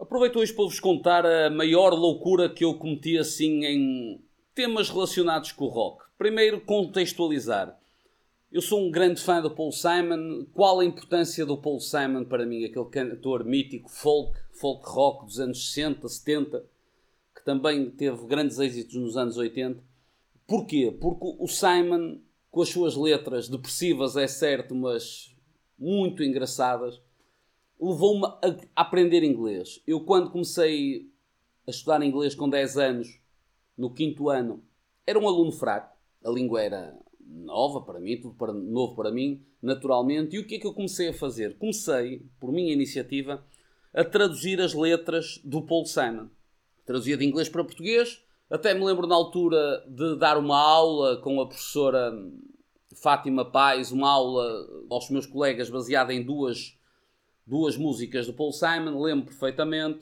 Aproveito hoje para vos contar a maior loucura que eu cometi assim em temas relacionados com o rock. Primeiro, contextualizar. Eu sou um grande fã do Paul Simon. Qual a importância do Paul Simon para mim? Aquele cantor mítico, folk rock dos anos 60, 70, que também teve grandes êxitos nos anos 80. Porquê? Porque o Simon, com as suas letras depressivas, é certo, mas muito engraçadas, levou-me a aprender inglês. Eu, quando comecei a estudar inglês com 10 anos, no 5º ano, era um aluno fraco. A língua era nova para mim, tudo novo para mim, naturalmente. E o que é que eu comecei a fazer? Comecei, por minha iniciativa, a traduzir as letras do Paul Simon. Traduzia de inglês para português. Até me lembro na altura de dar uma aula com a professora Fátima Pais, uma aula aos meus colegas baseada em duas músicas do Paul Simon, lembro perfeitamente.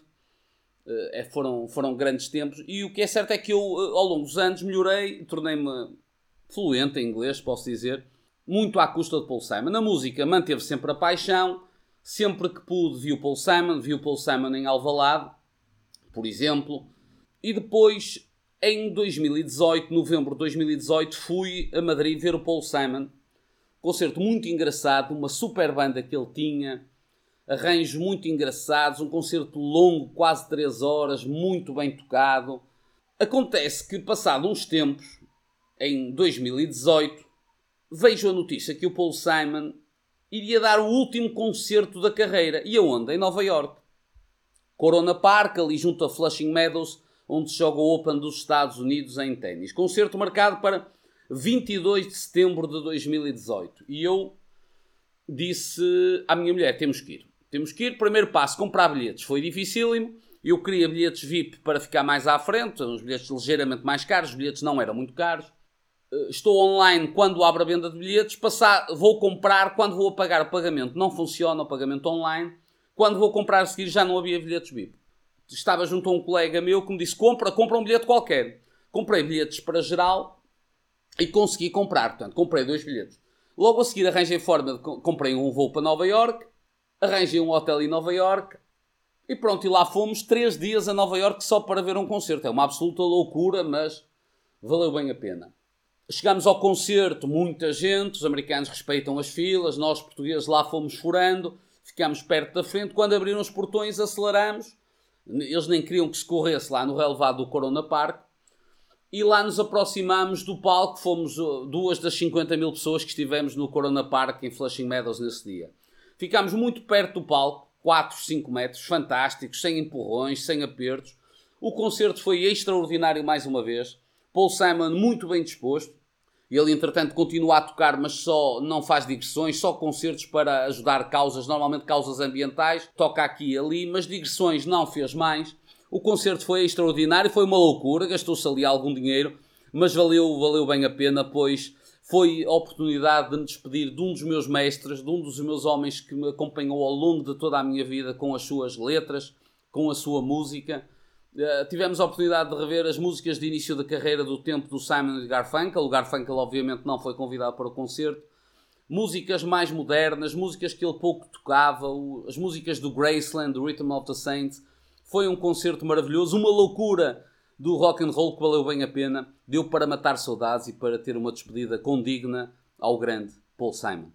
Foram grandes tempos. E o que é certo é que eu, ao longo dos anos, melhorei, tornei-me fluente em inglês, posso dizer, muito à custa de Paul Simon. Na música manteve sempre a paixão. Sempre que pude vi o Paul Simon em Alvalade, por exemplo. E depois, em 2018, novembro de 2018, fui a Madrid ver o Paul Simon. Concerto muito engraçado, uma super banda que ele tinha, arranjos muito engraçados, um concerto longo, quase 3 horas, muito bem tocado. Acontece que, passado uns tempos, em 2018, vejo a notícia que o Paul Simon iria dar o último concerto da carreira. E aonde? Em Nova York. Corona Park, ali junto a Flushing Meadows, onde se joga o Open dos Estados Unidos em ténis. Concerto marcado para 22 de setembro de 2018. E eu disse à minha mulher, temos que ir. Temos que ir. Primeiro passo, comprar bilhetes. Foi dificílimo. Eu queria bilhetes VIP para ficar mais à frente. Uns bilhetes ligeiramente mais caros. Os bilhetes não eram muito caros. Estou online quando abro a venda de bilhetes. Vou comprar quando vou pagar o pagamento. Não funciona o pagamento online. Quando vou comprar a seguir já não havia bilhetes VIP. Estava junto a um colega meu que me disse, compra um bilhete qualquer. Comprei bilhetes para geral e consegui comprar. Portanto, comprei 2 bilhetes. Logo a seguir arranjei forma de... Comprei um voo para Nova York. Arranjei um hotel em Nova York. E pronto, e lá fomos 3 dias a Nova York só para ver um concerto. É uma absoluta loucura, mas valeu bem a pena. Chegámos ao concerto, muita gente, os americanos respeitam as filas, nós portugueses lá fomos furando, ficámos perto da frente, quando abriram os portões aceleramos, eles nem queriam que se corresse lá no relevado do Corona Park, e lá nos aproximámos do palco, fomos 2 das 50 mil pessoas que estivemos no Corona Park em Flushing Meadows nesse dia. Ficámos muito perto do palco, 4, 5 metros, fantásticos, sem empurrões, sem apertos. O concerto foi extraordinário mais uma vez. Paul Simon muito bem disposto. Ele, entretanto, continua a tocar, mas só não faz digressões, só concertos para ajudar causas, normalmente causas ambientais. Toca aqui e ali, mas digressões não fez mais. O concerto foi extraordinário, foi uma loucura, gastou-se ali algum dinheiro, mas valeu bem a pena, pois foi a oportunidade de me despedir de um dos meus mestres, de um dos meus homens que me acompanhou ao longo de toda a minha vida com as suas letras, com a sua música. Tivemos a oportunidade de rever as músicas de início da carreira do tempo do Simon e Garfunkel. O Garfunkel obviamente não foi convidado para o concerto. Músicas mais modernas, músicas que ele pouco tocava, as músicas do Graceland, do Rhythm of the Saints. Foi um concerto maravilhoso, uma loucura do rock and roll que valeu bem a pena. Deu para matar saudades e para ter uma despedida condigna ao grande Paul Simon.